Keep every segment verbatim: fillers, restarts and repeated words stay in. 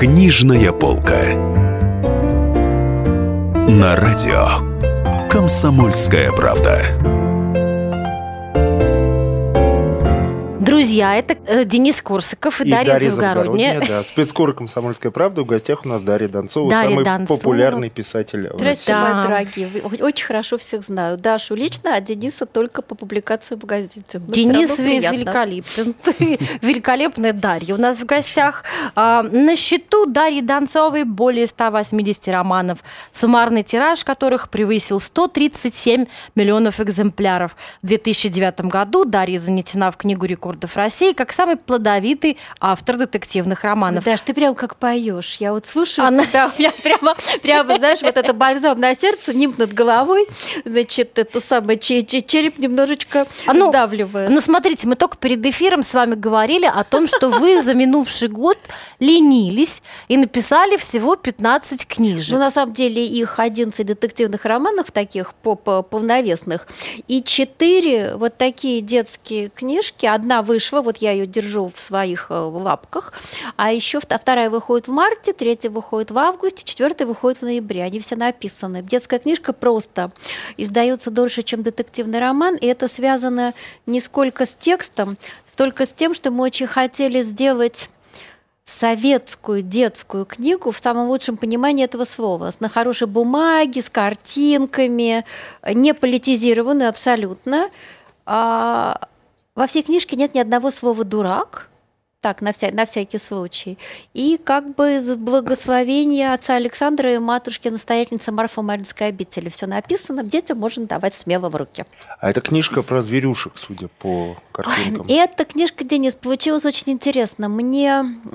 Книжная полка. На радио «Комсомольская правда». Друзья, это э, Денис Корсаков и, и Дарья, Дарья Завгородняя. Да. Спецкор «Комсомольская правда». В гостях у нас Дарья Донцова, Дарья самый Донцова. популярный писатель. Здравствуйте, Да. мои дорогие. Очень хорошо всех знаю. Дашу лично, а Дениса только по публикации в газете. Но Денис великолепен. Великолепная Дарья. У нас в гостях а, на счету Дарьи Донцовой более ста восьмидесяти романов, суммарный тираж которых превысил сто тридцать семь миллионов экземпляров. В две тысячи девятом году Дарья занесена в Книгу рекордов России как самый плодовитый автор детективных романов. Даш, ты прям как поешь. Я вот слушаю Она... тебя, у меня прямо, прямо, знаешь, вот это бальзам на сердце, нимб над головой, значит, это самое, череп немножечко а ну, сдавливает. Ну, смотрите, мы только перед эфиром с вами говорили о том, что вы за минувший год ленились и написали всего пятнадцать книжек. Ну, на самом деле, их одиннадцать детективных романов таких полновесных, и четыре вот такие детские книжки. Одна вышла, вот я ее держу в своих лапках, а еще вторая выходит в марте, третья выходит в августе, четвертая выходит в ноябре. Они все написаны. Детская книжка просто издается дольше, чем детективный роман, и это связано не сколько с текстом, только с тем, что мы очень хотели сделать советскую детскую книгу в самом лучшем понимании этого слова, на хорошей бумаге, с картинками, не политизированную абсолютно. А во всей книжке нет ни одного слова «дурак», так, на, вся, на всякий случай. И как бы из благословения отца Александра и матушки настоятельницы Марфа-Маринской обители все написано, детям можно давать смело в руки. А это книжка про зверюшек, судя по картинкам. Эта книжка, Денис, получилась очень интересно. Мне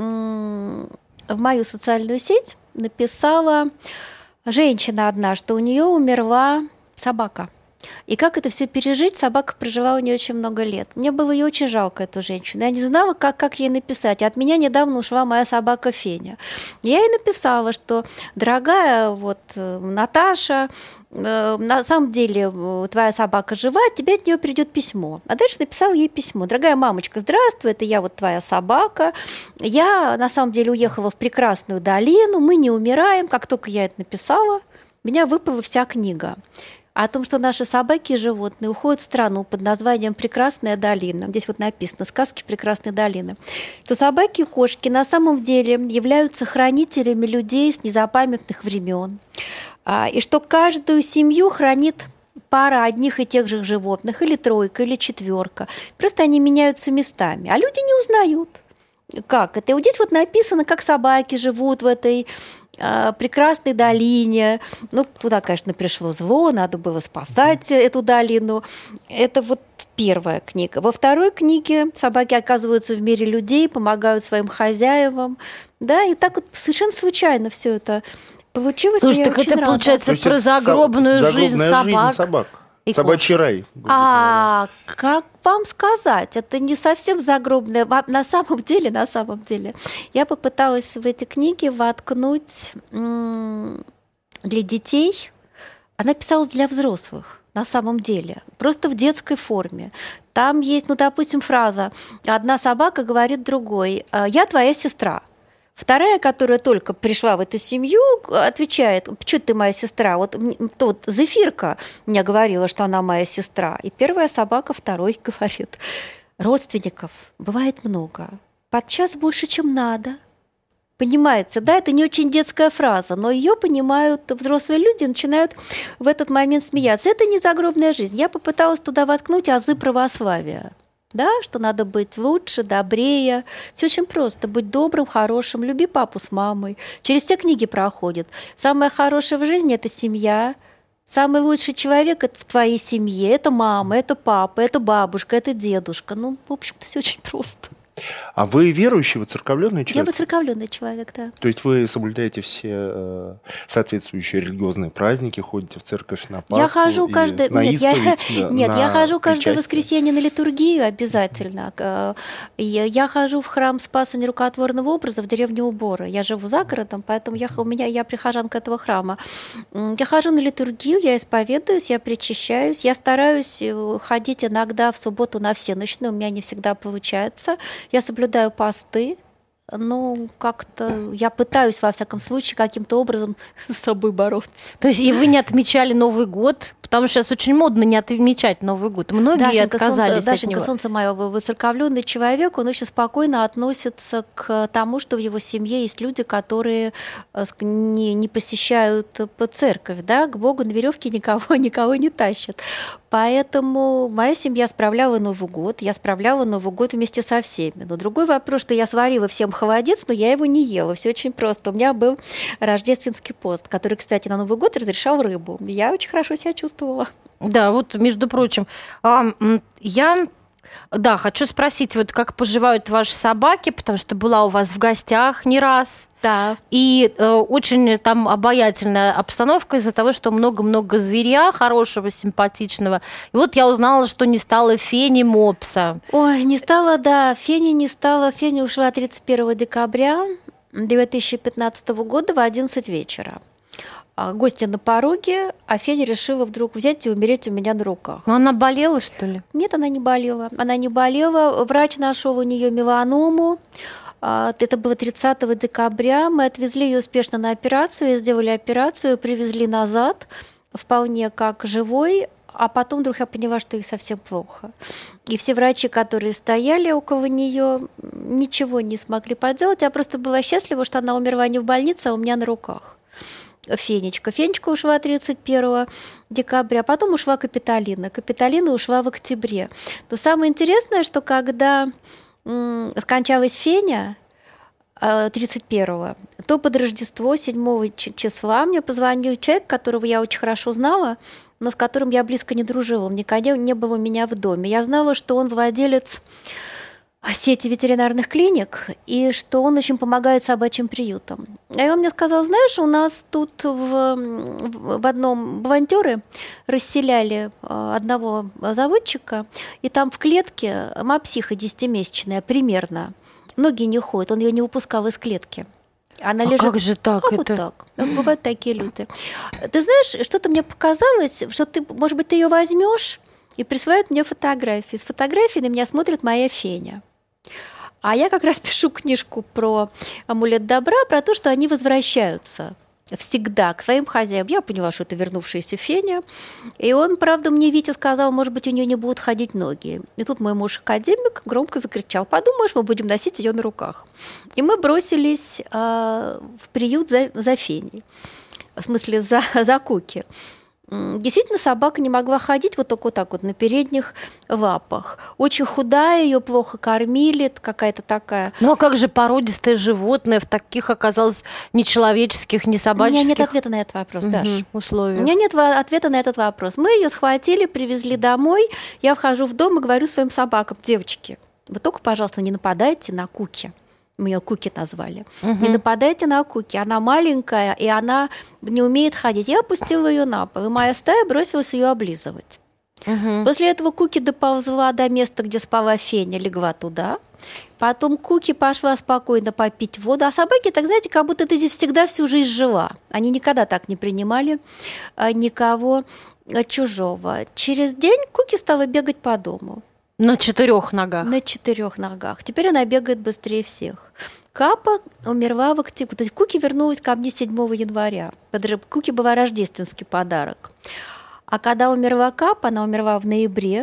м- в мою социальную сеть написала женщина одна, что у нее умерла собака. И как это все пережить, собака проживала у нее очень много лет. Мне было ее очень жалко, эту женщину. Я не знала, как, как ей написать. От меня недавно ушла моя собака Феня. Я ей написала, что, дорогая вот, Наташа, э, на самом деле твоя собака жива, тебе от нее придет письмо. А дальше написала ей письмо. Дорогая мамочка, здравствуй, это я вот твоя собака. Я на самом деле уехала в прекрасную долину, мы не умираем. Как только я это написала, у меня выпала вся книга о том, что наши собаки и животные уходят в страну под названием «Прекрасная долина». Здесь вот написано «Сказки прекрасной долины». То собаки и кошки на самом деле являются хранителями людей с незапамятных времен. И что каждую семью хранит пара одних и тех же животных, или тройка, или четверка. Просто они меняются местами, а люди не узнают. Как это? И вот здесь вот написано, как собаки живут в этой прекрасной долине. Ну, туда, конечно, пришло зло, надо было спасать эту долину. Это вот первая книга. Во второй книге собаки оказываются в мире людей, помогают своим хозяевам. Да, и так вот совершенно случайно все это получилось. Слушай, так это, рада. Получается, про это загробную со- жизнь собак. Жизнь собак. Собачий рай. А как вам сказать? Это не совсем загробное. На самом деле, на самом деле, я попыталась в эти книги воткнуть м- для детей. Она писалась для взрослых, на самом деле, просто в детской форме. Там есть, ну, допустим, фраза: одна собака говорит другой: «Я твоя сестра». Вторая, которая только пришла в эту семью, отвечает: «Что ты моя сестра?» Вот тут Зефирка мне говорила, что она моя сестра. И первая собака второй говорит: родственников бывает много, подчас больше, чем надо. Понимаете, да, это не очень детская фраза, но ее понимают взрослые люди, начинают в этот момент смеяться. Это не загробная жизнь. Я попыталась туда воткнуть азы православия. Да, что надо быть лучше, добрее. Все очень просто. Будь добрым, хорошим, люби папу с мамой. Через все книги проходит. Самое хорошее в жизни – это семья. Самый лучший человек – это в твоей семье. Это мама, это папа, это бабушка, это дедушка. Ну, в общем-то, все очень просто. А вы верующий, воцерковленный человек? Я воцерковленный человек, да. То есть вы соблюдаете все э, соответствующие религиозные праздники, ходите в церковь на Пасху? Я хожу каждое... На Нет, я... да, Нет на я хожу каждое причастие. воскресенье на литургию обязательно. Я, я хожу в храм Спаса Нерукотворного образа в деревне Убора. Я живу за городом, поэтому я, у меня, я прихожанка этого храма. Я хожу на литургию, я исповедуюсь, я причащаюсь. Я стараюсь ходить иногда в субботу на всенощную, у меня не всегда получается. Я соблюдаю посты, ну, как-то я пытаюсь, во всяком случае, каким-то образом с собой бороться. То есть и вы не отмечали Новый год? Потому что сейчас очень модно не отмечать Новый год. Многие Дашенька, отказались солнце, от Дашенька, него. солнце мое, воцерковленный человек, он очень спокойно относится к тому, что в его семье есть люди, которые не, не посещают церковь, да, к Богу на веревке никого, никого не тащат. Поэтому моя семья справляла Новый год, я справляла Новый год вместе со всеми. Но другой вопрос, что я сварила всем холодец, но я его не ела. Все очень просто. У меня был рождественский пост, который, кстати, на Новый год разрешал рыбу. Я очень хорошо себя чувствовала. Да, вот, между прочим, я... Да, хочу спросить, вот как поживают ваши собаки, потому что была у вас в гостях не раз. Да. И э, очень там обаятельная обстановка из-за того, что много-много зверя хорошего, симпатичного. И вот я узнала, что не стало Фени мопса. Ой, не стало, да, Фени не стало. Фени ушла тридцать первого декабря две тысячи пятнадцатого года в одиннадцать вечера. Гости на пороге, а Феня решила вдруг взять и умереть у меня на руках. Но она болела, что ли? Нет, она не болела. Она не болела. Врач нашел у нее меланому. Это было тридцатого декабря. Мы отвезли ее успешно на операцию, сделали операцию, привезли назад, вполне как живой. А потом вдруг я поняла, что ей совсем плохо. И все врачи, которые стояли около нее, ничего не смогли поделать. Я просто была счастлива, что она умерла не в больнице, а у меня на руках. Фенечка. Фенечка ушла тридцать первого декабря, потом ушла Капитолина. Капитолина ушла в октябре. Но самое интересное, что когда м- скончалась Феня тридцать первого, то под Рождество седьмого числа мне позвонил человек, которого я очень хорошо знала, но с которым я близко не дружила. Он никогда не был у меня в доме. Я знала, что он владелец сети ветеринарных клиник, и что он очень помогает собачьим приютам. И он мне сказал, знаешь, у нас тут в, в одном волонтеры расселяли одного заводчика, и там в клетке мопсиха десятимесячная примерно, ноги не ходят, он ее не выпускал из клетки. Она а лежит... как же так? А это... вот так. Вот бывают такие люди. Ты знаешь, что-то мне показалось, что ты, может быть, ты ее возьмешь и присылает мне фотографии. С фотографией на меня смотрит моя Феня. А я как раз пишу книжку про амулет добра, про то, что они возвращаются всегда к своим хозяевам. Я поняла, что это вернувшаяся Феня. И он, правда, мне Витя сказал, может быть, у нее не будут ходить ноги. И тут мой муж-академик громко закричал, подумаешь, мы будем носить ее на руках. И мы бросились э, в приют за, за Феней. В смысле, за, за Куки. Действительно, собака не могла ходить вот так вот, так вот на передних лапах. Очень худая, ее плохо кормили, какая-то такая. Ну а как же породистое животное в таких оказалось нечеловеческих, не собаческих? У меня нет ответа на этот вопрос, угу, Даш. Условиях. У меня нет ответа на этот вопрос. Мы ее схватили, привезли домой. Я вхожу в дом и говорю своим собакам, девочки, вы только, пожалуйста, не нападайте на Куки. Мы ее Куки назвали. Угу. Не нападайте на Куки. Она маленькая, и она не умеет ходить. Я опустила ее на пол, и моя стая бросилась ее облизывать. Угу. После этого Куки доползла до места, где спала Феня, легла туда. Потом Куки пошла спокойно попить воду. А собаки, так знаете, как будто ты здесь всегда всю жизнь жила. Они никогда так не принимали никого чужого. Через день Куки стала бегать по дому. На четырех ногах. На четырех ногах. Теперь она бегает быстрее всех. Капа умерла в октябре. То есть Куки вернулась ко мне седьмого января. Куки была рождественский подарок. А когда умерла Капа, она умерла в ноябре,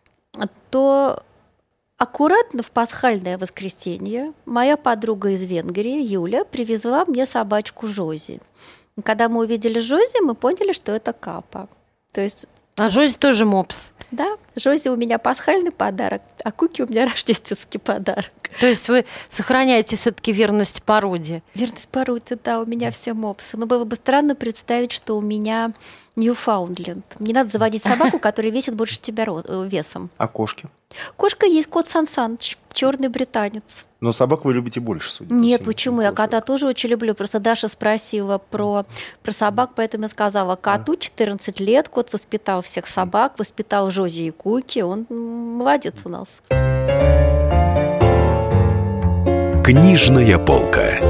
то аккуратно в пасхальное воскресенье моя подруга из Венгрии, Юля, привезла мне собачку Жози. И когда мы увидели Жози, мы поняли, что это Капа. То есть... А Жози тоже мопс. Да, Жози у меня пасхальный подарок, а Куки у меня рождественский подарок. То есть вы сохраняете все-таки верность породе? Верность породе, да, у меня все мопсы. Но было бы странно представить, что у меня Ньюфаундленд. Не надо заводить собаку, которая весит больше тебя весом. А кошки? Кошка есть, кот Сан Саныч, черный британец. Но собак вы любите больше, судя по всему. Нет, почему? Я кота тоже очень люблю. Просто Даша спросила про, про собак, поэтому я сказала, коту четырнадцать лет, кот воспитал всех собак, воспитал Жози и Куки. Он молодец у нас. Книжная полка.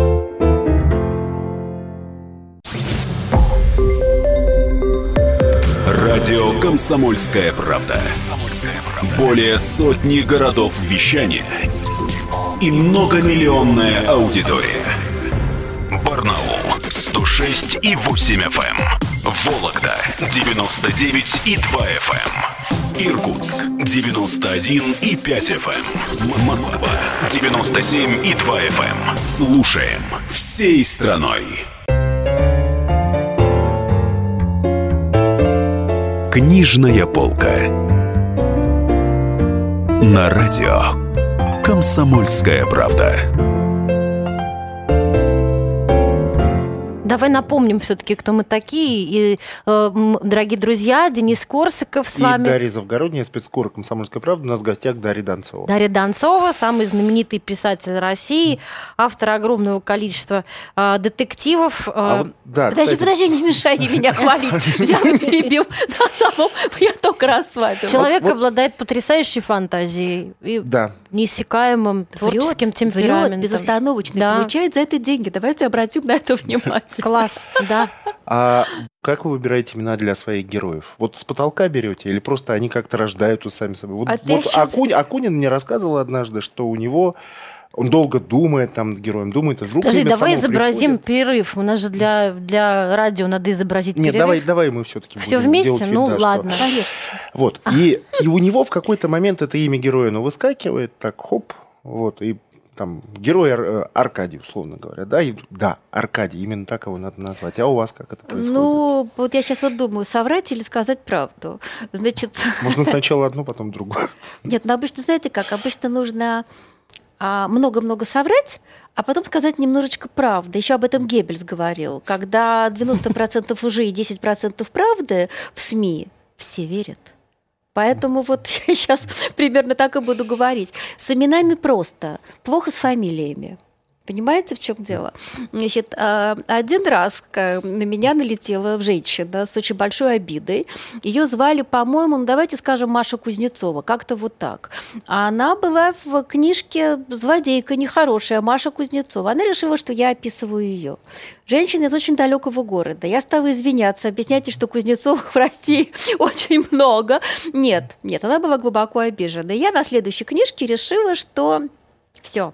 Радио «Комсомольская правда». Более сотни городов вещания и многомиллионная аудитория. Барнаул сто шесть и восемь эф эм, Вологда девяносто девять и два эф эм, Иркутск девяносто один и пять эф эм, Москва девяносто семь и два эф эм. Слушаем всей страной. Книжная полка. На радио «Комсомольская правда». Давай напомним все-таки, кто мы такие. И, э, дорогие друзья, Денис Корсаков с и вами. И Дарья Завгородняя, спецкор «Комсомольской правды». У нас в гостях Дарья Донцова. Дарья Донцова, самый знаменитый писатель России, автор огромного количества э, детективов. Э. А вот, да, подожди, кстати... подожди, не мешай меня хвалить. Взял и перебил. На самом, я только раз с вами. Человек вот, обладает потрясающей фантазией и да. неиссякаемым творческим темпераментом. Врет, безостановочно, да. получает за это деньги. Давайте обратим на это внимание. Класс, да. А как вы выбираете имена для своих героев? Вот с потолка берете или просто они как-то рождаются сами собой? Вот, а вот сейчас... Акунин, Акунин мне рассказывал однажды, что у него... Он долго думает там над героем, думает, и вдруг Подожди, имя давай само изобразим приходит. перерыв. У нас же для, для радио надо изобразить Нет, перерыв. давай, давай мы все-таки Все будем вместе? делать вид, Ну, да, ладно. Что... Поверьте. Вот. И, и у него в какой-то момент это имя героя, ну, выскакивает, так, хоп, вот, и там герой Ар- Аркадий, условно говоря, да? И, да, Аркадий, именно так его надо назвать. А у вас как это происходит? Ну, вот я сейчас вот думаю, соврать или сказать правду. Значит... Можно сначала одну, потом другую. Нет, ну обычно, знаете как, обычно нужно а, много-много соврать, а потом сказать немножечко правды. Еще об этом Геббельс говорил. Когда девяносто процентов лжи и десять процентов правды в СМИ, все верят. Поэтому вот я сейчас примерно так и буду говорить. С именами просто, плохо с фамилиями. Понимаете, в чем дело? Значит, один раз на меня налетела женщина с очень большой обидой. Ее звали, по-моему, ну давайте скажем, Маша Кузнецова, как-то вот так. А она была в книжке «Злодейка нехорошая» Маша Кузнецова. Она решила, что я описываю ее. Женщина из очень далекого города. Я стала извиняться, объяснять, что Кузнецовых в России очень много. Нет, нет, она была глубоко обижена. И я на следующей книжке решила, что все.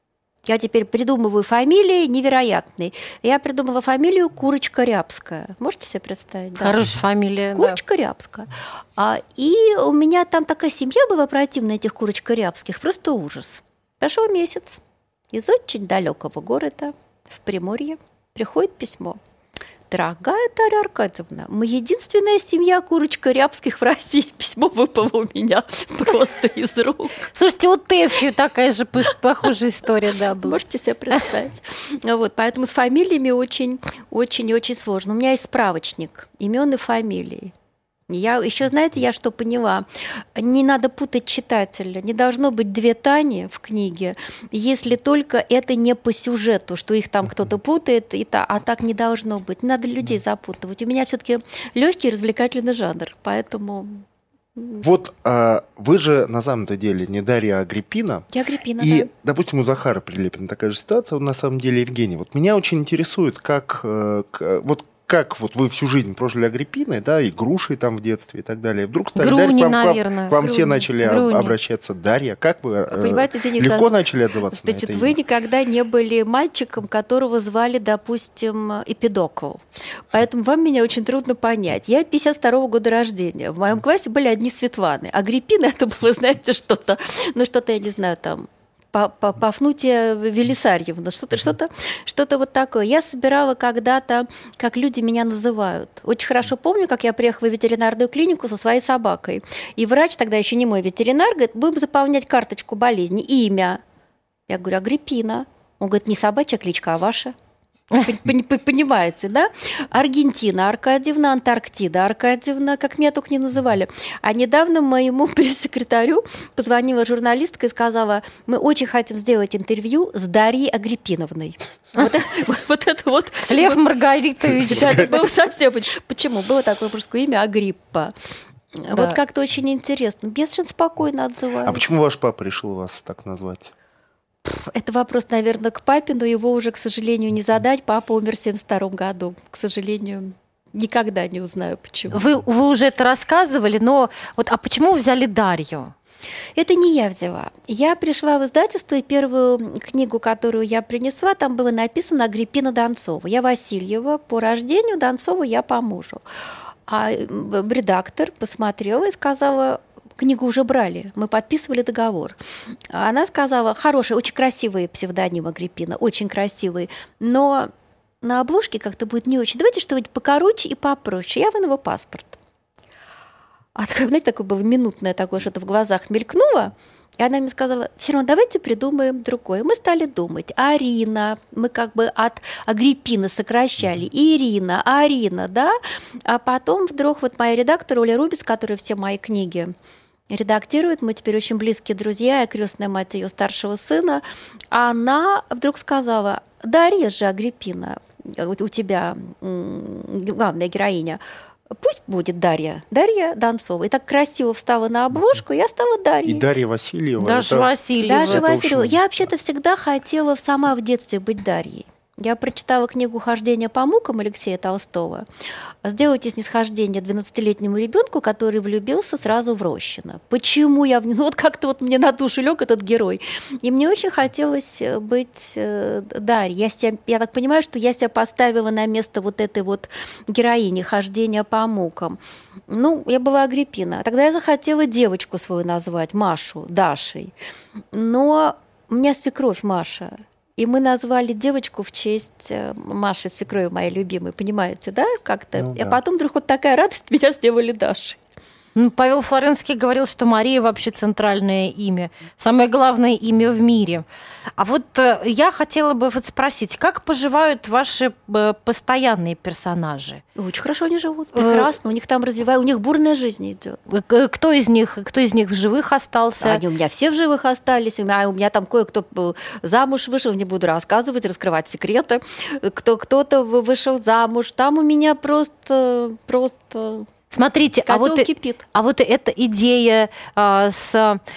Я теперь придумываю фамилии невероятные. Я придумала фамилию Курочка Рябская. Можете себе представить? Да. Хорошая фамилия. Курочка да. Рябская. А, и у меня там такая семья была противная, этих Курочка Рябских. Просто ужас. Прошел месяц. Из очень далекого города в Приморье приходит письмо. Дорогая Дарья Аркадьевна, мы единственная семья Курочка Рябских в России. Письмо выпало у меня просто из рук. Слушайте, у Тэфи такая же похожая история, да, была. Можете себе представить. Вот, поэтому с фамилиями очень, очень и очень сложно. У меня есть справочник имен и фамилий. Я еще, знаете, я что поняла? Не надо путать читателя. Не должно быть две Тани в книге, если только это не по сюжету, что их там кто-то путает, и та, а так не должно быть. Не надо людей запутывать. У меня все-таки легкий развлекательный жанр, поэтому... Вот а, вы же на самом-то деле не Дарья Агриппина. Я Агриппина, и, да. допустим, у Захара Прилепина такая же ситуация, он на самом деле Евгений. Вот меня очень интересует, как... вот как вот вы всю жизнь прожили Агриппиной, да, и Грушей там в детстве и так далее. Вдруг стали Груни, Дарья, к вам, наверное. к вам Груни. все начали Груни. обращаться Дарья. Как вы Понимаете, Денис, легко а... начали отзываться Значит, на это вы имя? никогда не были мальчиком, которого звали, допустим, Эпидокл. Поэтому вам меня очень трудно понять. Я пятьдесят второго года рождения. В моем классе были одни Светланы. Агриппина это было, знаете, что-то, ну что-то, я не знаю, там... Пафнутия Велисарьевна, что-то, что-то, что-то вот такое. Я собирала когда-то, как люди меня называют. Очень хорошо помню, как я приехала в ветеринарную клинику со своей собакой. И врач, тогда еще не мой ветеринар, говорит, будем заполнять карточку болезни, имя. Я говорю, Агриппина. Он говорит, не собачья кличка, а ваша. Понимаете, да? Аргентина Аркадьевна, Антарктида Аркадьевна, как меня только не называли. А недавно моему пресс-секретарю позвонила журналистка и сказала, мы очень хотим сделать интервью с Дарьей Агриппиновной. Вот, вот это вот... Лев Маргаритович. Да, это было совсем... Почему? Было такое мужское имя Агриппа. Да. Вот как-то очень интересно. Я совершенно спокойно отзываюсь. А почему ваш папа решил вас так назвать? Это вопрос, наверное, к папе, но его уже, к сожалению, не задать. Папа умер в семьдесят втором году. К сожалению, никогда не узнаю, почему. Вы, вы уже это рассказывали, но вот а почему вы взяли Дарью? Это не я взяла. Я пришла в издательство, и первую книгу, которую я принесла, там было написано «Агриппина Донцова». Я Васильева по рождению, Донцова я по мужу. А редактор посмотрела и сказала: книгу уже брали, мы подписывали договор. Она сказала: хороший, очень красивый псевдоним Агриппина, очень красивый, но на обложке как-то будет не очень. Давайте что-нибудь покороче и попроще. Я вынула паспорт. А, знаете, такое было минутное, такое что-то в глазах мелькнуло, и она мне сказала: все равно давайте придумаем другое. Мы стали думать. Арина, мы как бы от Агриппины сокращали. Ирина, Арина, да? А потом вдруг вот моя редактор Оля Рубис, которая все мои книги редактирует, мы теперь очень близкие друзья, я крестная мать ее старшего сына, она вдруг сказала: Дарья же Агриппина, у тебя главная героиня, пусть будет Дарья, Дарья Донцова. И так красиво встала на обложку, я стала Дарьей. И Дарья Васильева. Даже это... Васильева. Даже Васильева. очень... Я вообще-то всегда хотела сама в детстве быть Дарьей. Я прочитала книгу «Хождение по мукам» Алексея Толстого. Сделайте снисхождение двенадцатилетнему ребенку, который влюбился сразу в Рощино. Почему я... Ну, вот как-то вот мне на душу лег этот герой. И мне очень хотелось быть Дарьей. Я, себя, я так понимаю, что я себя поставила на место вот этой вот героини «Хождения по мукам». Ну, я была Агриппина. Тогда я захотела девочку свою назвать, Машу, Дашей. Но у меня свекровь Маша. И мы назвали девочку в честь Маши, свекрови моей любимой, понимаете, да, как-то? Ну, да. А потом вдруг вот такая радость, меня сделали Дашей. Ну, Павел Флоренский говорил, что Мария вообще центральное имя, самое главное имя в мире. А вот э, я хотела бы вот спросить, как поживают ваши э, постоянные персонажи? Очень хорошо они живут, прекрасно, у них там развивается, у них бурная жизнь идет. Кто из них, кто из них в живых остался? Они у меня все в живых остались, у меня, у меня там кое-кто замуж вышел, не буду рассказывать, раскрывать секреты, кто, кто-то вышел замуж, там у меня просто, просто... Смотрите, а вот, а вот эта идея э, с,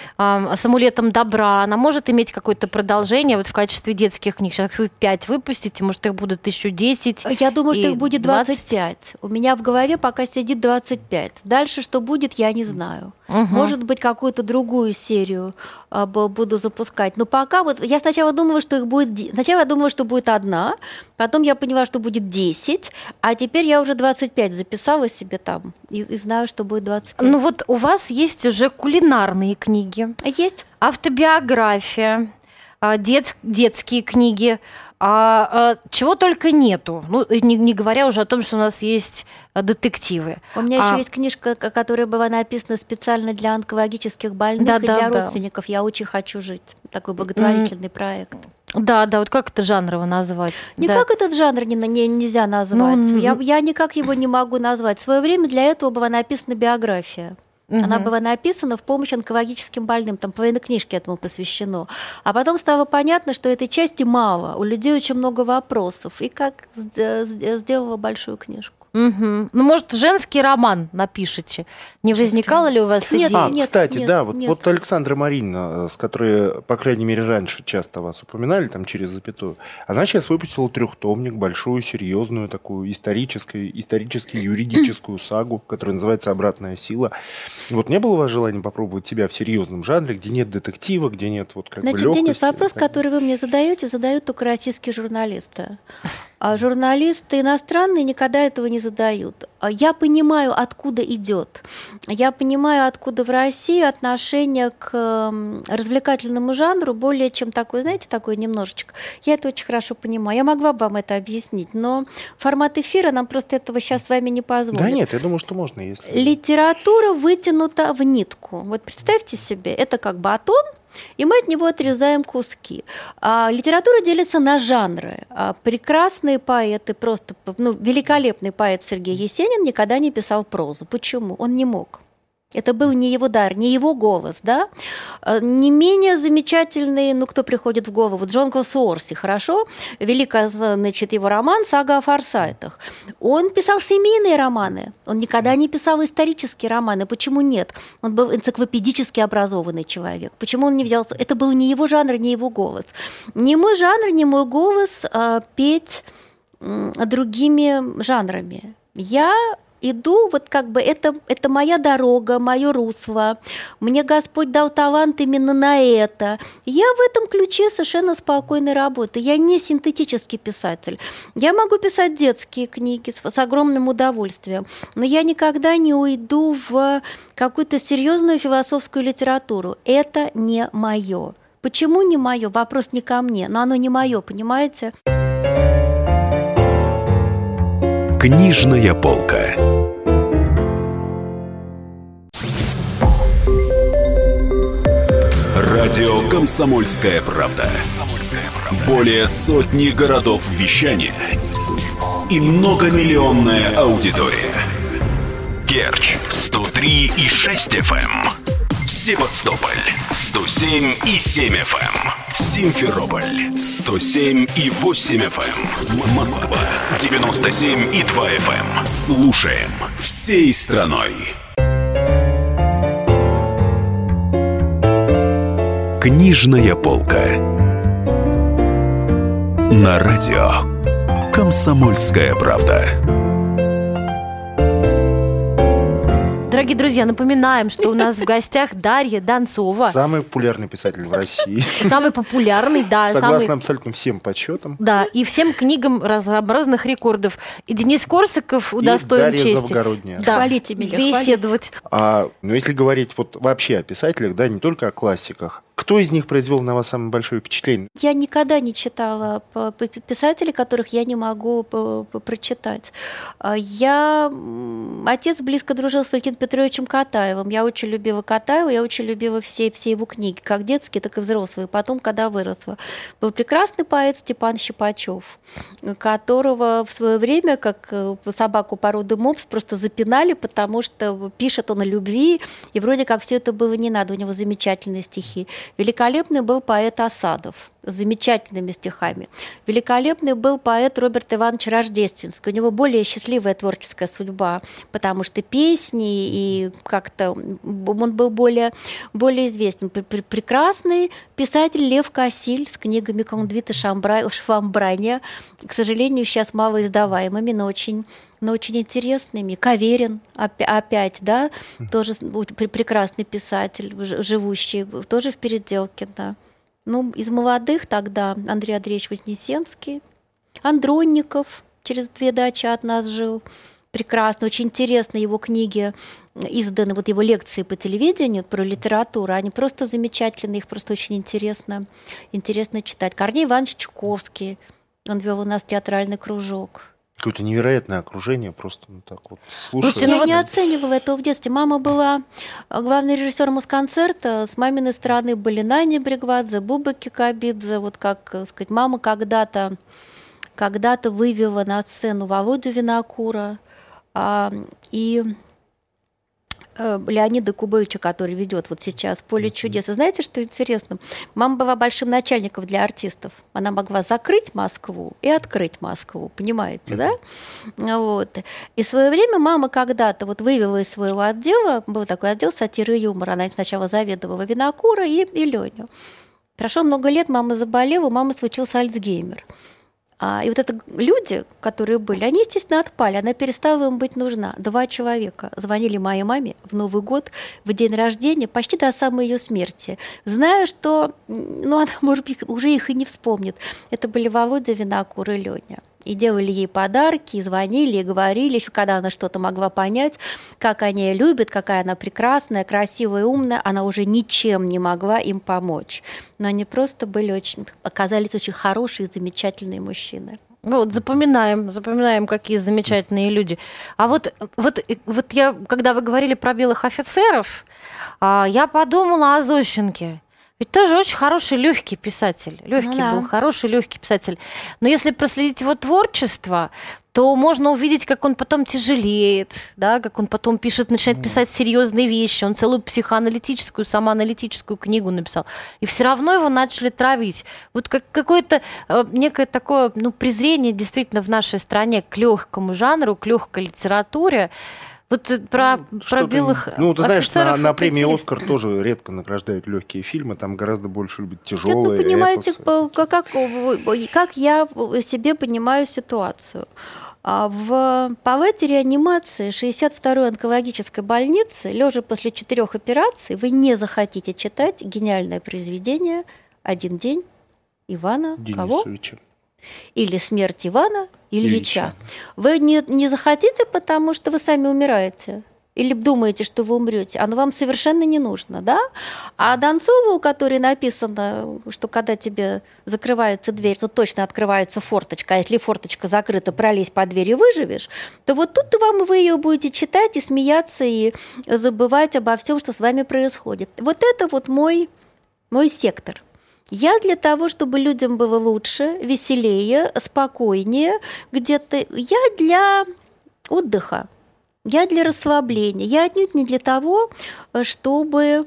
э, с амулетом добра, она может иметь какое-то продолжение вот в качестве детских книг? Сейчас вы пять выпустите, может, их будет еще десять? Я думаю, что их будет двадцать пять. У меня в голове пока сидит двадцать пять. Дальше что будет, я не знаю. Угу. Может быть, какую-то другую серию э, буду запускать. Но пока вот я сначала думала, что их будет... Сначала я думала, что будет одна, потом я поняла, что будет десять, а теперь я уже двадцать пять записала себе там. И, и знаю, что будет двадцать пять. Ну вот у вас есть уже кулинарные книги. Есть. Автобиография, дет, детские книги. А, а, чего только нету. Ну, не, не говоря уже о том, что у нас есть детективы. У меня а... еще есть книжка, которая была написана специально для онкологических больных да, и да, для да. родственников. «Я очень хочу жить». Такой благотворительный mm. проект. Да, да, вот как это жанрово назвать? Никак да. этот жанр не, не, нельзя назвать. Ну, я, я никак его не могу назвать. В свое время для этого была написана биография. Угу. Она была написана в помощь онкологическим больным, там половина книжки этому посвящено. А потом стало понятно, что этой части мало, у людей очень много вопросов, и как сделала большую книжку. Угу. Ну, может, женский роман напишите? Не женский. Возникало ли у вас нет, идея? А, нет, кстати, нет, да, вот, нет. вот Александра Маринина, с которой, по крайней мере, раньше часто вас упоминали, там, через запятую, она сейчас выпустила трехтомник, большую, серьезную такую историческую, исторически юридическую сагу, которая называется «Обратная сила». Вот не было у вас желания попробовать себя в серьезном жанре, где нет детектива, где нет вот как Значит, бы легкости? Денис, вопрос, который вы мне задаете, задают только российские журналисты. А журналисты иностранные никогда этого не задают. Я понимаю, откуда идет. Я понимаю, откуда в России отношение к развлекательному жанру более чем такой, знаете, такой немножечко. Я это очень хорошо понимаю. Я могла бы вам это объяснить, но формат эфира нам просто этого сейчас с вами не позволит. Да нет, я думаю, что можно, если... Литература вытянута в нитку. Вот представьте себе, это как батон, и мы от него отрезаем куски. А литература делится на жанры. А прекрасные поэты, просто ну, великолепный поэт Сергей Есенин никогда не писал прозу. Почему? Он не мог. Это был не его дар, не его голос, да? Не менее замечательный, ну, кто приходит в голову, Джон Суорси, хорошо? Великий, значит, его роман «Сага о Форсайтах». Он писал семейные романы, он никогда не писал исторические романы. Почему нет? Он был энциклопедически образованный человек. Почему он не взялся? Это был не его жанр, не его голос. Не мой жанр, не мой голос а, петь а, другими жанрами. Я... иду, вот как бы это, это моя дорога, мое русло. Мне Господь дал талант именно на это. Я в этом ключе совершенно спокойно работаю. Я не синтетический писатель. Я могу писать детские книги с, с огромным удовольствием, но я никогда не уйду в какую-то серьезную философскую литературу. Это не мое. Почему не мое? Вопрос не ко мне, но оно не мое, понимаете? Книжная полка. Радио «Комсомольская правда». Более сотни городов вещания и многомиллионная аудитория. Керчь сто три и шесть эф эм, Севастополь сто семь и семь эф эм, Симферополь сто семь и восемь эф эм, Москва девяносто семь и два эф эм. Слушаем всей страной. Книжная полка. На радио «Комсомольская правда». Дорогие друзья, напоминаем, что у нас в гостях Дарья Донцова. Самый популярный писатель в России. Самый популярный, да. Согласно самый... абсолютно всем подсчетам. Да, и всем книгам разнообразных рекордов. И Денис Корсаков удостоен Дарья чести. Завгородняя. Да, хвалите меня, беседовать. А, ну, если говорить вот вообще о писателях, да, не только о классиках, кто из них произвел на вас самое большое впечатление? Я никогда не читала писателей, которых я не могу прочитать. Я... Отец близко дружил с Валентином Петровичем Катаевым. Я очень любила Катаева, я очень любила все, все его книги, как детские, так и взрослые. Потом, когда выросла. Был прекрасный поэт Степан Щипачев, которого в свое время, как собаку породы мопс, просто запинали, потому что пишет он о любви, и вроде как все это было не надо. У него замечательные стихи. Великолепный был поэт Осадов с замечательными стихами. Великолепный был поэт Роберт Иванович Рождественский. У него более счастливая творческая судьба, потому что песни и как-то он был более, более известен. Прекрасный писатель Лев Кассиль с книгами Кондвита Швамбрания, к сожалению, сейчас мало издаваемыми, но очень но очень интересными. Каверин опять, да, тоже прекрасный писатель, живущий, тоже в переделке, да. Ну, из молодых тогда Андрей Андреевич Вознесенский, Андронников через две дачи от нас жил. Прекрасно, очень интересно его книги изданы, вот его лекции по телевидению про литературу, они просто замечательные, их просто очень интересно, интересно читать. Корней Иванович Чуковский, он вел у нас театральный кружок. Какое-то невероятное окружение, просто ну, так вот слушаешь. Слушайте, ну я не оценивала этого в детстве. Мама была главный режиссер Москонцерта, с маминой стороны были Наня Бригвадзе, Буба Кикабидзе, вот как сказать, мама когда-то, когда-то вывела на сцену Володю Винокура, а, и Леонида Кубовича, который ведет вот сейчас «Поле чудес». И знаете, что интересно? Мама была большим начальником для артистов. Она могла закрыть Москву и открыть Москву, понимаете, да? Вот. И в свое время мама когда-то вот вывела из своего отдела, был такой отдел сатиры и юмора, она им сначала заведовала Винокура и, и Леню. Прошло много лет, мама заболела, у мамы случился Альцгеймер. И вот это люди, которые были, они, естественно, отпали, она перестала им быть нужна. Два человека звонили моей маме в Новый год, в день рождения, почти до самой ее смерти, зная, что ну, она, может быть, уже их и не вспомнит. Это были Володя Винокур и Леня. И делали ей подарки, и звонили, и говорили, еще когда она что-то могла понять, как они ее любят, какая она прекрасная, красивая, умная, она уже ничем не могла им помочь. Но они просто были очень, оказались очень хорошие, замечательные мужчины. Вот, запоминаем, запоминаем, какие замечательные люди. А вот, вот, вот я, когда вы говорили про белых офицеров, я подумала о Зощенке. Ведь тоже очень хороший, легкий писатель. Легкий ну, да. был, хороший, легкий писатель. Но если проследить его творчество, то можно увидеть, как он потом тяжелеет, да, как он потом пишет, начинает писать серьезные вещи. Он целую психоаналитическую, самоаналитическую книгу написал. И все равно его начали травить. Вот как какое-то э, некое такое ну, презрение действительно в нашей стране к легкому жанру, к легкой литературе. Вот про, ну, про белых Ну, ты знаешь, на, на премии интересно. «Оскар» тоже редко награждают легкие фильмы, там гораздо больше любят тяжелые. Нет, ну, понимаете, эпосы. как, как, как я себе понимаю ситуацию. А в палате реанимации шестьдесят второй онкологической больницы, лежа после четырех операций, вы не захотите читать гениальное произведение «Один день» Ивана Денисовича. Кого? Или «Смерть Ивана Ильича». Ильича. Вы не, не захотите, потому что вы сами умираете. Или думаете, что вы умрете, оно вам совершенно не нужно, да? А Донцову, у которой написано, что когда тебе закрывается дверь, то точно открывается форточка, а если форточка закрыта, пролезь по двери, выживешь, то вот тут вам вы ее будете читать и смеяться, и забывать обо всем, что с вами происходит. Вот это вот мой, мой сектор. Я для того, чтобы людям было лучше, веселее, спокойнее, где-то я для отдыха. Я для расслабления. Я отнюдь не для того, чтобы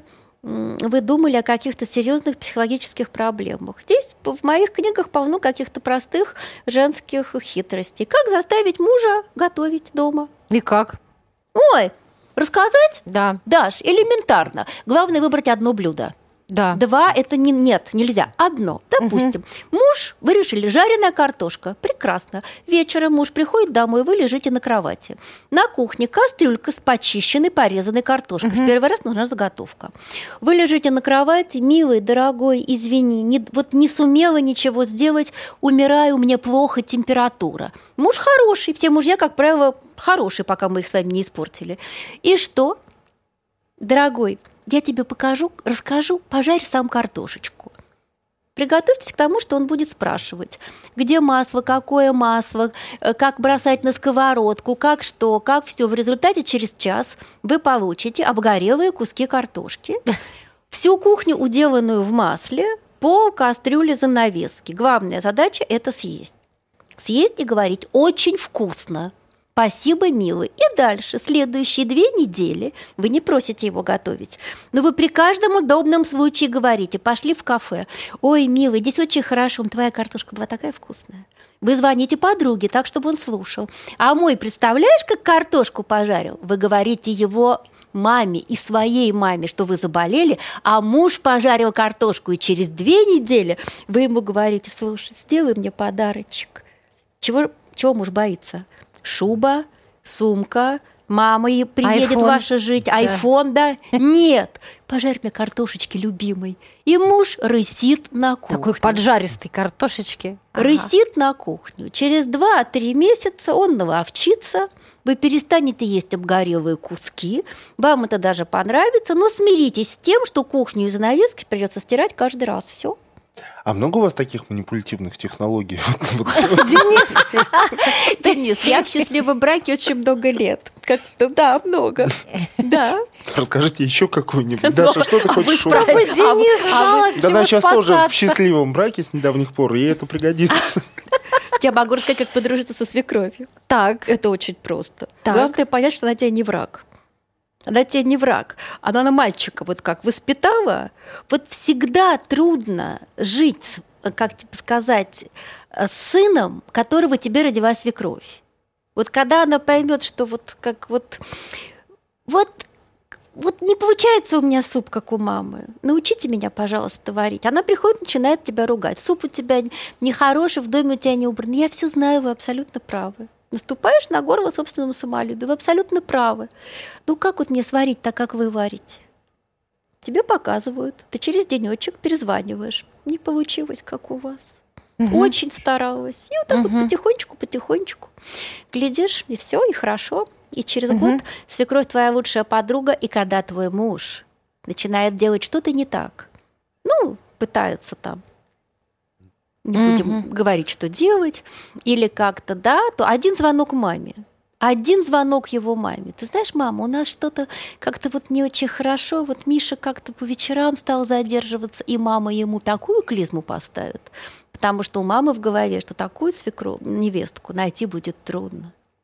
вы думали о каких-то серьезных психологических проблемах. Здесь в моих книгах полно каких-то простых женских хитростей. Как заставить мужа готовить дома? И как? Ой, рассказать? Да. Даш, элементарно. Главное выбрать одно блюдо. Да. Два – это не, нет, нельзя. Одно. Допустим, угу. Муж, вы решили, жареная картошка. Прекрасно. Вечером муж приходит домой, вы лежите на кровати. На кухне кастрюлька с почищенной, порезанной картошкой. Угу. В первый раз нужна заготовка. Вы лежите на кровати, милый, дорогой, извини, не, вот не сумела ничего сделать, умираю, мне плохо, температура. Муж хороший, все мужья, как правило, хорошие, пока мы их с вами не испортили. И что? Дорогой, я тебе покажу, расскажу, пожарь сам картошечку. Приготовьтесь к тому, что он будет спрашивать, где масло, какое масло, как бросать на сковородку, как что, как все. В результате через час вы получите обгорелые куски картошки, всю кухню, уделанную в масле, пол кастрюли занавески. Главная задача – это съесть. Съесть и говорить «очень вкусно». Спасибо, милый. И дальше, следующие две недели, вы не просите его готовить, но вы при каждом удобном случае говорите, пошли в кафе. Ой, милый, здесь очень хорошо, твоя картошка была такая вкусная. Вы звоните подруге так, чтобы он слушал. А мой, представляешь, как картошку пожарил? Вы говорите его маме и своей маме, что вы заболели, а муж пожарил картошку, и через две недели вы ему говорите, слушай, сделай мне подарочек. Чего, чего муж боится? Шуба, сумка, мама и приедет айфон. Ваша жить, айфон, да? Нет, пожарь мне картошечки, любимый. И муж рысит на кухню. Такой поджаристой картошечки. Рысит ага. на кухню. Через два-три месяца он наловчится, вы перестанете есть обгорелые куски, вам это даже понравится, но смиритесь с тем, что кухню и занавески придется стирать каждый раз. Все. А много у вас таких манипулятивных технологий? Денис, Денис, я в счастливом браке очень много лет. Как-то, да, много. Да. Расскажите еще какую-нибудь. Даша, что ты хочешь узнать? Денис, да она сейчас тоже в счастливом браке с недавних пор, ей это пригодится. Я могу рассказать, как подружиться со свекровью. Так. Это очень просто. Главное понять, что она тебе не враг. Она тебе не враг. Она на мальчика вот как воспитала. Вот всегда трудно жить, как тебе сказать, с сыном, которого тебе родила свекровь. Вот когда она поймет, что вот как вот... Вот, вот не получается у меня суп, как у мамы. Научите меня, пожалуйста, варить. Она приходит, начинает тебя ругать. Суп у тебя нехороший, в доме у тебя не убран. Я все знаю, вы абсолютно правы. Наступаешь на горло собственному самолюбию. Вы абсолютно правы. Ну как вот мне сварить так, как вы варите? Тебе показывают. Ты через денечек перезваниваешь. Не получилось, как у вас. Угу. Очень старалась. И вот так угу. вот потихонечку-потихонечку. Глядишь, и все, и хорошо. И через угу. год свекровь твоя лучшая подруга. И когда твой муж начинает делать что-то не так, ну, пытается там, не будем mm-hmm. говорить, что делать, или как-то, да, то один звонок маме, один звонок его маме. Ты знаешь, мама, у нас что-то как-то вот не очень хорошо, вот Миша как-то по вечерам стал задерживаться, и мама ему такую клизму поставит, потому что у мамы в голове, что такую свекровь, невестку найти будет трудно.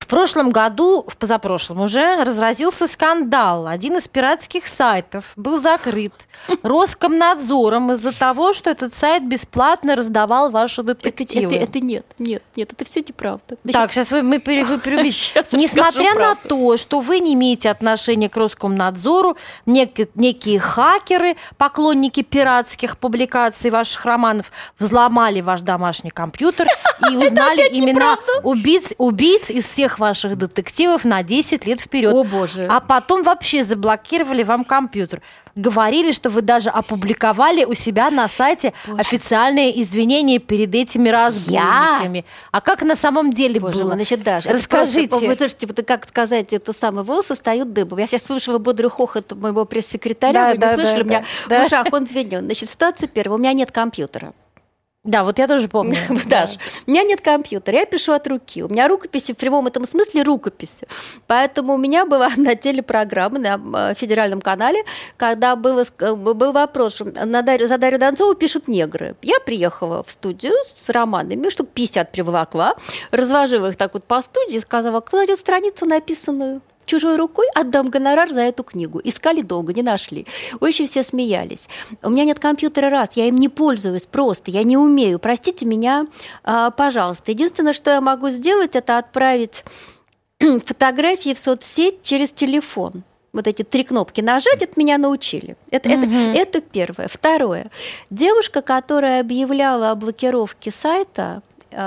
прошлом году, в позапрошлом уже, разразился скандал. Один из пиратских сайтов был закрыт Роскомнадзором из-за того, что этот сайт бесплатно раздавал ваши детективы. Это, это, это нет, нет, нет, это все неправда. Так, сейчас вы, мы пере, вы переубедите. Несмотря на то, что вы не имеете отношения к Роскомнадзору, некие, некие хакеры, поклонники пиратских публикаций ваших романов, взломали ваш домашний компьютер и узнали имена убийц, убийц из всех ваших детективов на десять лет вперед. О, боже. А потом вообще заблокировали вам компьютер. Говорили, что вы даже опубликовали у себя на сайте Боже. официальные извинения перед этими разбойниками. Я? А как на самом деле Боже, было? Значит, Даша, расскажите. Подождите, это как сказать, это самое, волосы встают дыбом. Я сейчас слышала бодрый хохот моего пресс-секретаря, да, вы да, не слышали? Да, у меня да. в ушах он звенел. Значит, ситуация первая. У меня нет компьютера. Да, вот я тоже помню. Даш, у меня нет компьютера, я пишу от руки. У меня рукописи в прямом этом смысле рукописи. Поэтому у меня была на телепрограмма на федеральном канале, когда был, был вопрос, что за Дарью Донцову пишут негры. Я приехала в студию с романами, штук пятьдесят приволокла, разложила их так вот по студии и сказала, кладет страницу написанную чужой рукой, отдам гонорар за эту книгу. Искали долго, не нашли. Очень все смеялись. У меня нет компьютера, раз, я им не пользуюсь просто, я не умею. Простите меня, пожалуйста. Единственное, что я могу сделать, это отправить фотографии в соцсеть через телефон. Вот эти три кнопки нажать, это меня научили. Это, mm-hmm. это, это первое. Второе. Девушка, которая объявляла о блокировке сайта,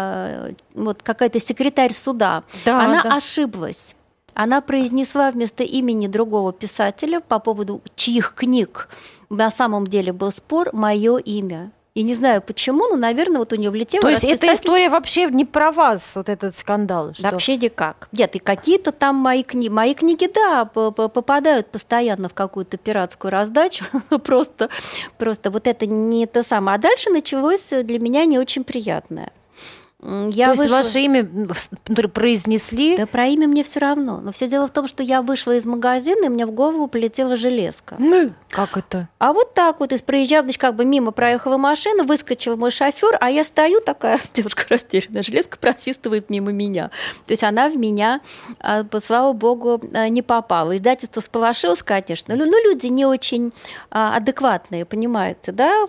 вот какая-то секретарь суда, да, она да. ошиблась. Она произнесла вместо имени другого писателя, по поводу чьих книг на самом деле был спор, мое имя. И не знаю почему, но, наверное, вот у нее влетело. То есть эта история вообще не про вас, вот этот скандал? Что? Вообще никак. Нет, и какие-то там мои книги, мои книги, да, попадают постоянно в какую-то пиратскую раздачу. просто, просто вот это не то самое. А дальше началось для меня не очень приятное. Я То вышла... есть ваше имя произнесли? Да про имя мне все равно. Но все дело в том, что я вышла из магазина, и мне в голову полетела железка. Ну, как это? А вот так вот из проезжав, значит, как бы мимо проехала машина, выскочил мой шофер, а я стою такая, девушка растерянная, железка просвистывает мимо меня. То есть она в меня, слава богу, не попала. Издательство сполошилось, конечно. Ну, люди не очень адекватные, понимаете, да?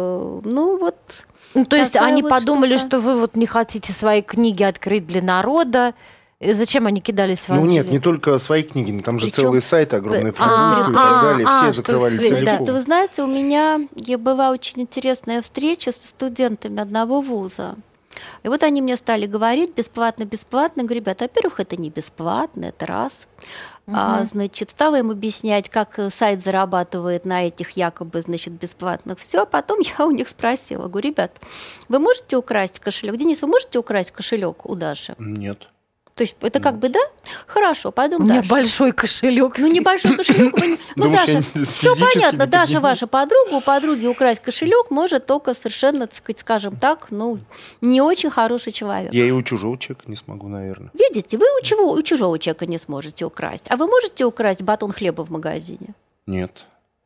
Ну, вот... Ну, то есть они вот подумали, штука. Что вы вот не хотите свои книги открыть для народа. И зачем они кидались в вас? Ну нет, не только свои книги, там же Причем... целые сайты огромные, французские и так далее, а, все а, закрывали целиком. Да. Вы знаете, у меня была очень интересная встреча со студентами одного вуза. И вот они мне стали говорить бесплатно, бесплатно. Я говорю, ребята, во-первых, это не бесплатно, это раз. Угу. А, значит, стала им объяснять, как сайт зарабатывает на этих якобы, значит, бесплатных. Все, а потом я у них спросила, говорю, ребят, вы можете украсть кошелек? Денис, вы можете украсть кошелек у Даши? Нет. То есть это как бы, да? Хорошо, пойдем дальше. У меня большой кошелек. Ну, небольшой кошелек. Ну, Даша, все понятно. Даша ваша подруга, у подруги украсть кошелек может только совершенно, так сказать, скажем так, ну, не очень хороший человек. Я и у чужого человека не смогу, наверное. Видите, вы у, чего, у чужого человека не сможете украсть. А вы можете украсть батон хлеба в магазине? Нет.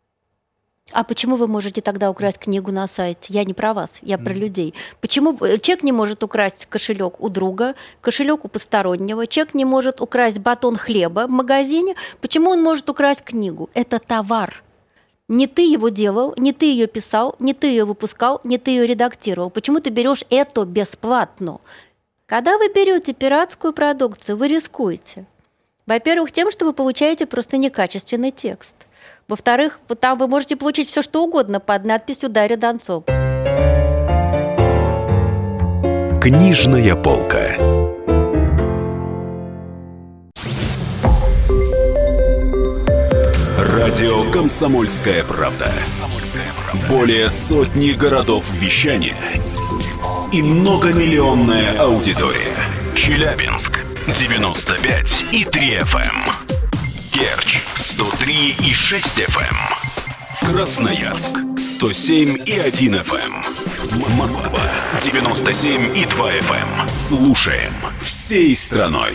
А почему вы можете тогда украсть книгу на сайте? Я не про вас, я про людей. Почему человек не может украсть кошелек у друга, кошелек у постороннего, человек не может украсть батон хлеба в магазине? Почему он может украсть книгу? Это товар. Не ты его делал, не ты ее писал, не ты ее выпускал, не ты ее редактировал. Почему ты берешь это бесплатно? Когда вы берете пиратскую продукцию, вы рискуете. Во-первых, тем, что вы получаете просто некачественный текст. Во-вторых, там вы можете получить все, что угодно под надписью «Дарья Донцова». Книжная полка. Радио «Комсомольская правда». Более сотни городов вещания и многомиллионная аудитория. Челябинск девяносто пять и три эф эм. Керчь сто три и шесть эф эм. Красноярск сто семь и один эф эм. Москва девяносто семь и два эф эм. Слушаем всей страной.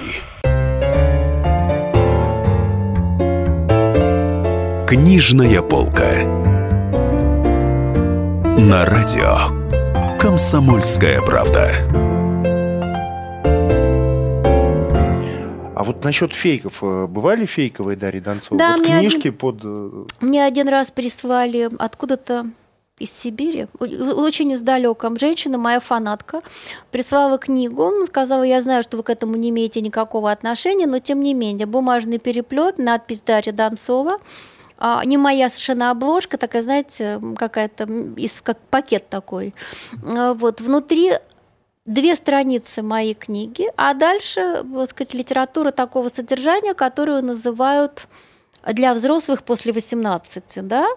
Книжная полка. На радио «Комсомольская правда». вот насчет фейков. Бывали фейковые Дарьи Донцовой? Да, вот мне книжки один... под... Мне один раз прислали откуда-то из Сибири, очень издалеком, женщина, моя фанатка, прислала книгу, сказала: я знаю, что вы к этому не имеете никакого отношения, но тем не менее, бумажный переплет, надпись Дарья Донцова, а, не моя совершенно обложка, такая, знаете, какая-то, из, как пакет такой. Вот, внутри две страницы моей книги, а дальше, так сказать, литература такого содержания, которую называют для взрослых после восемнадцати, да,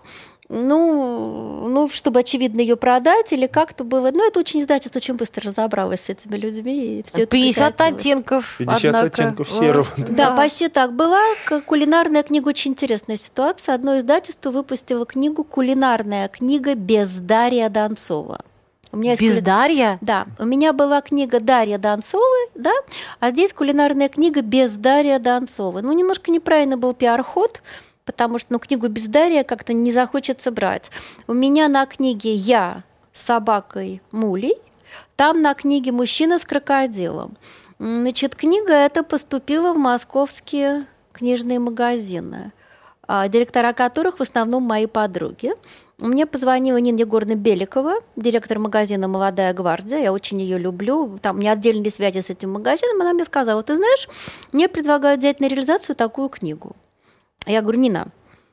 Ну, ну, чтобы, очевидно, ее продать или как-то было. Ну, это очень издательство очень быстро разобралось с этими людьми. И все пятьдесят оттенков, пятьдесят однако. оттенков серого. Да, да, почти так. Была кулинарная книга, очень интересная ситуация. Одно издательство выпустило книгу «Кулинарная книга без Дарьи Донцова». У меня есть Без кули... Дарья? Да, у меня была книга Дарья Донцовой, да, а здесь кулинарная книга без Дарьи Донцовой. Ну, немножко неправильно был пиар-ход, потому что, ну, книгу без Дарьи как-то не захочется брать. У меня на книге «Я с собакой Мулей», там на книге «Мужчина с крокодилом». Значит, книга эта поступила в московские книжные магазины, директора которых в основном мои подруги. Мне позвонила Нина Егоровна Беликова, директор магазина «Молодая гвардия». Я очень ее люблю. Там у меня отдельные связи с этим магазином. Она мне сказала: ты знаешь, мне предлагают взять на реализацию такую книгу. Я говорю: Нина,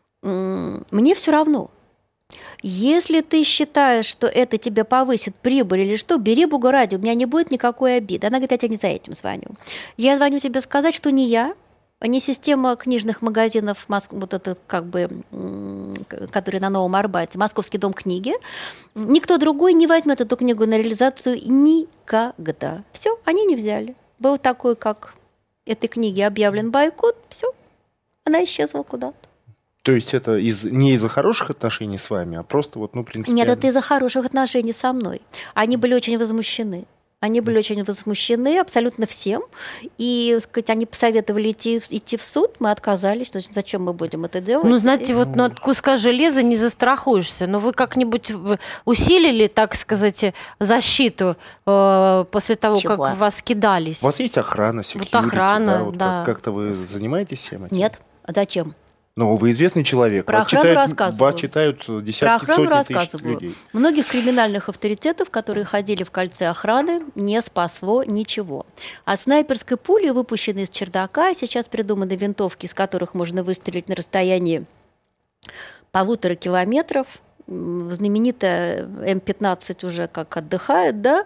мне все равно. Если ты считаешь, что это тебе повысит прибыль или что, бери бога ради, у меня не будет никакой обиды. Она говорит: я тебе не за этим звоню. Я звоню тебе сказать, что не я, не система книжных магазинов, вот это как бы, который на Новом Арбате, Московский дом книги, никто другой не возьмет эту книгу на реализацию никогда. Все, они не взяли. Был такой, как этой книги объявлен бойкот, все, она исчезла куда-то. То есть это из, не из-за хороших отношений с вами, а просто вот, ну, принципиально... Нет, это из-за хороших отношений со мной. Они были очень возмущены. Они были очень возмущены абсолютно всем. И, так сказать, они посоветовали идти, идти в суд. Мы отказались. То есть зачем мы будем это делать? Ну, знаете, вот ну, от куска железа не застрахуешься. Но вы как-нибудь усилили, так сказать, защиту э, после того, Чего? как вас кидались? У вас есть охрана, security, Вот охрана, да? Вот да. Как- как-то вы занимаетесь всем этим? Нет. А зачем? Ну, вы известный человек. Про вас охрану читают, рассказываю. Вас читают десятки, Про охрану сотни тысяч рассказываю. людей. Многих криминальных авторитетов, которые ходили в кольце охраны, не спасло ничего. От снайперской пули, выпущенной из чердака, сейчас придуманы винтовки, из которых можно выстрелить на расстоянии полутора километров. Знаменитая эм пятнадцать уже как отдыхает, да?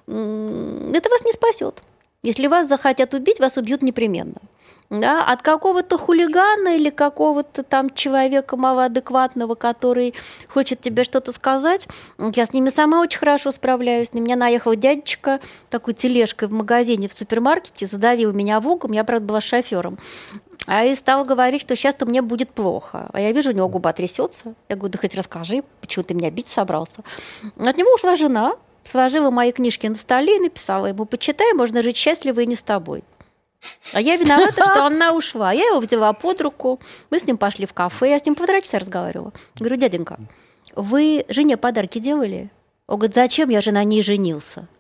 Это вас не спасет. Если вас захотят убить, вас убьют непременно. Да, от какого-то хулигана или какого-то там человека малоадекватного, который хочет тебе что-то сказать. Я с ними сама очень хорошо справляюсь. На меня наехал дядечка такой тележкой в магазине, в супермаркете, задавил меня в угол. Я, правда, была шофером. А и стал говорить, что сейчас-то мне будет плохо. А я вижу, у него губа трясется. Я говорю: да хоть расскажи, почему ты меня бить собрался. От него ушла жена, сложила мои книжки на столе и написала ему: почитай, можно жить счастливо и не с тобой. А я виновата, что она ушла. Я его взяла под руку, мы с ним пошли в кафе, я с ним полтора часа разговаривала. Говорю: дяденька, вы жене подарки делали? Он говорит: зачем, я же на ней женился.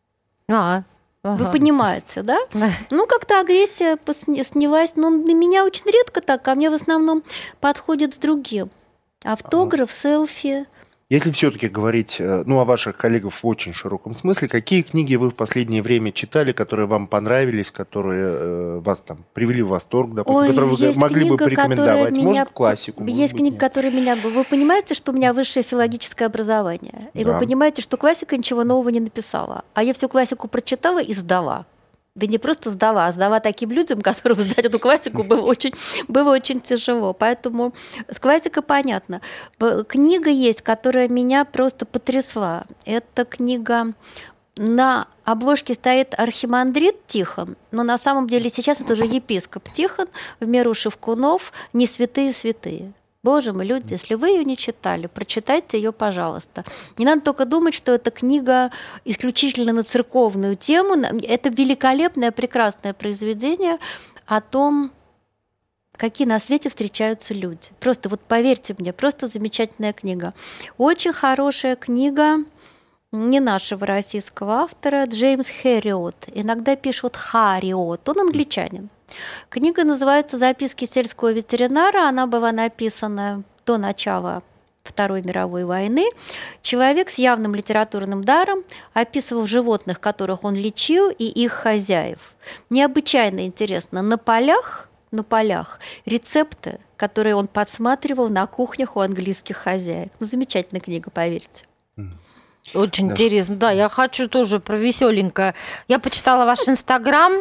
А, ага. Вы понимаете, да? Да. Ну, как-то агрессия снялась, но на меня очень редко так, ко мне в основном подходит с другим. Автограф, селфи. Если все-таки говорить, ну, о ваших коллегах в очень широком смысле, какие книги вы в последнее время читали, которые вам понравились, которые э, вас там привели в восторг, допустим, Ой, которые вы могли книга, бы порекомендовать? меня... Может, классику? Есть может быть, книга, нет? которая меня... Вы понимаете, что у меня высшее филологическое образование. И Да. вы понимаете, что классика ничего нового не написала. А я всю классику прочитала и сдала. Да не просто сдала, а сдала таким людям, которым сдать эту классику было очень, было очень тяжело. Поэтому с классикой понятно. Книга есть, которая меня просто потрясла. Это книга... На обложке стоит архимандрит Тихон, но на самом деле сейчас это уже епископ Тихон, в меру Шевкунов, «Не святые святые». Боже мой, люди, если вы ее не читали, прочитайте ее, пожалуйста. Не надо только думать, что эта книга исключительно на церковную тему. Это великолепное, прекрасное произведение о том, какие на свете встречаются люди. Просто вот поверьте мне, просто замечательная книга. Очень хорошая книга не нашего российского автора, Джеймс Хэриот. Иногда пишут Хариот, он англичанин. Книга называется «Записки сельского ветеринара». Она была написана до начала Второй мировой войны. Человек с явным литературным даром описывал животных, которых он лечил, и их хозяев. Необычайно интересно. На полях, на полях рецепты, которые он подсматривал на кухнях у английских хозяек. Ну, замечательная книга, поверьте. Очень да. интересно. Да, я хочу тоже про веселенькое. Я почитала ваш Инстаграм.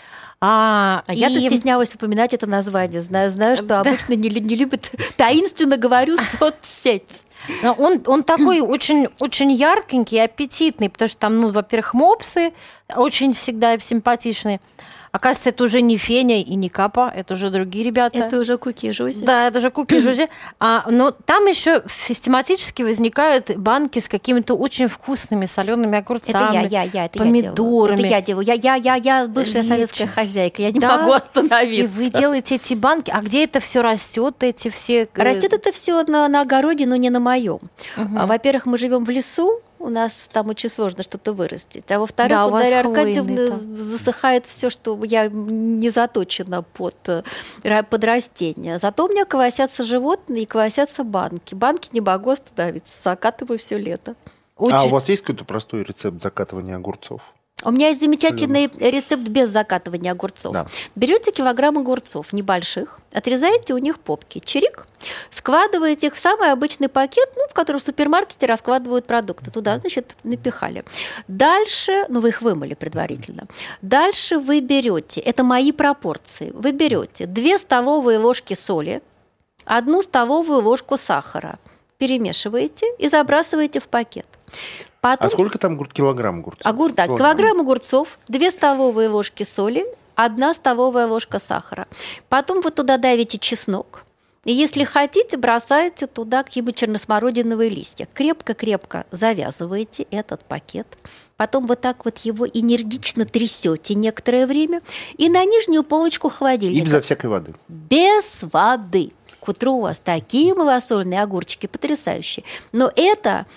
А, а и... я-то стеснялась упоминать это название, знаю, знаю, что обычно не, не любят, таинственно говорю, соцсеть. Он, он такой очень, очень яркий, аппетитный, потому что там, ну, во-первых, мопсы очень всегда симпатичные. Оказывается, это уже не Феня и не Капа, это уже другие ребята. Это уже Куки и Жузи. Да, это уже Куки и Жузи. А, но там еще систематически возникают банки с какими-то очень вкусными солеными огурцами, это я, я, я, это помидорами. Я это я делаю. Я, я, я, я бывшая Лично. советская хозяйка, я не да. могу остановиться. И вы делаете эти банки. А где это все растет, эти все? Растет это все на, на огороде, но не на моем. Угу. Во-первых, мы живем в лесу. У нас там очень сложно что-то вырастить. А во-вторых, да, у Дарьи Аркадьевны засыхает все, что я не заточена под, под растения. Зато у меня колосятся животные и колосятся банки. Банки не могу остановиться, закатываю все лето. Очень... А у вас есть какой-то простой рецепт закатывания огурцов? У меня есть замечательный рецепт без закатывания огурцов. Да. Берете килограмм огурцов небольших, отрезаете у них попки, чирик, складываете их в самый обычный пакет, ну, в который в супермаркете раскладывают продукты. Туда, значит, напихали. Дальше, ну, вы их вымыли предварительно. Дальше вы берете, это мои пропорции, вы берете две столовые ложки соли, одну столовую ложку сахара, перемешиваете и забрасываете в пакет. Потом... А сколько там килограмм огурцов? Огур... Да, килограмм. килограмм огурцов, две столовые ложки соли, одна столовая ложка сахара. Потом вы туда давите чеснок. И если хотите, бросаете туда какие-нибудь черносмородиновые листья. Крепко-крепко завязываете этот пакет. Потом вот так вот его энергично трясете некоторое время. И на нижнюю полочку холодильника. И безо всякой воды. Без воды. К утру у вас такие малосольные огурчики потрясающие. Но это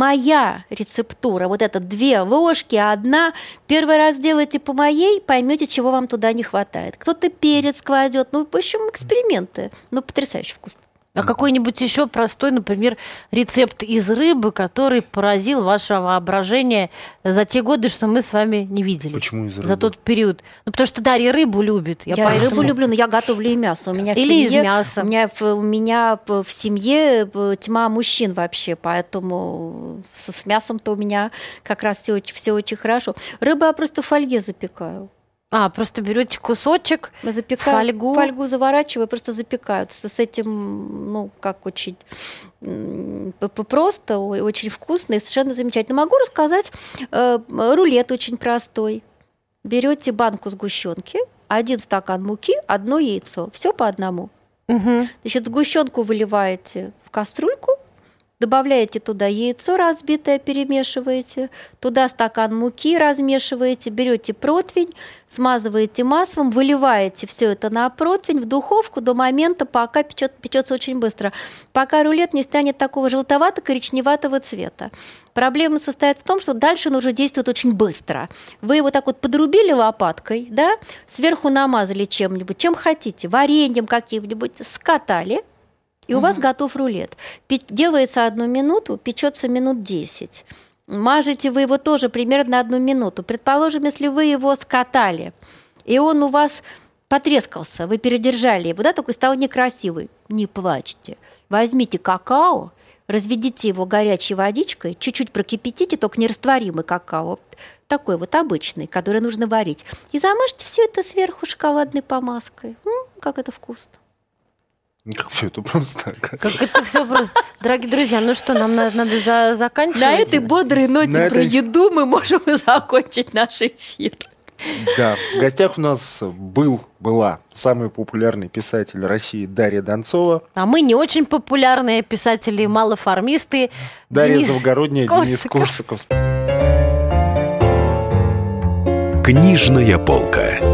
моя рецептура. Вот это две ложки, одна. Первый раз делайте по моей, поймете, чего вам туда не хватает. Кто-то перец кладет. Ну, в общем, эксперименты. Ну, потрясающе вкусно. А какой-нибудь еще простой, например, рецепт из рыбы, который поразил ваше воображение за те годы, что мы с вами не видели? Почему из рыбы? За тот период. Ну, потому что Дарья рыбу любит. Я, я поэтому... рыбу люблю, но я готовлю и мясо. У меня в Или семье, из мяса. У меня, у меня в семье тьма мужчин вообще, поэтому с, с мясом-то у меня как раз все, все очень хорошо. Рыбу я просто в фольге запекаю. А, просто берете кусочек, запекаю, фольгу. фольгу заворачиваю, просто запекаются. С этим, ну, как очень просто, очень вкусно и совершенно замечательно. Могу рассказать, э, рулет очень простой. Берете банку сгущенки, один стакан муки, одно яйцо. Все по одному. Угу. Значит, сгущенку выливаете в кастрюльку, добавляете туда яйцо разбитое, перемешиваете, туда стакан муки размешиваете, берете противень, смазываете маслом, выливаете все это на противень в духовку до момента, пока печет, печется очень быстро, пока рулет не станет такого желтовато-коричневатого цвета. Проблема состоит в том, что дальше он уже действует очень быстро. Вы его так вот подрубили лопаткой, да, сверху намазали чем-нибудь, чем хотите, вареньем каким-нибудь, скатали, и у угу. вас готов рулет. Делается одну минуту, печется минут десять. Мажете вы его тоже примерно одну минуту. Предположим, если вы его скатали, и он у вас потрескался, вы передержали его, да, такой стал некрасивый. Не плачьте. Возьмите какао, разведите его горячей водичкой, чуть-чуть прокипятите, только нерастворимый какао, такой вот обычный, который нужно варить, и замажьте все это сверху шоколадной помазкой. М-м, как это вкусно. Как все это просто. Как это все просто. Дорогие друзья, ну что, нам надо, надо за, заканчивать? На этой бодрой ноте На про этой... еду мы можем закончить наш эфир. Да, в гостях у нас был, была самый популярный писатель России Дарья Донцова. А мы не очень популярные писатели, малоформисты. Дарья Денис... Завгородняя, Денис Корсаков. Книжная полка.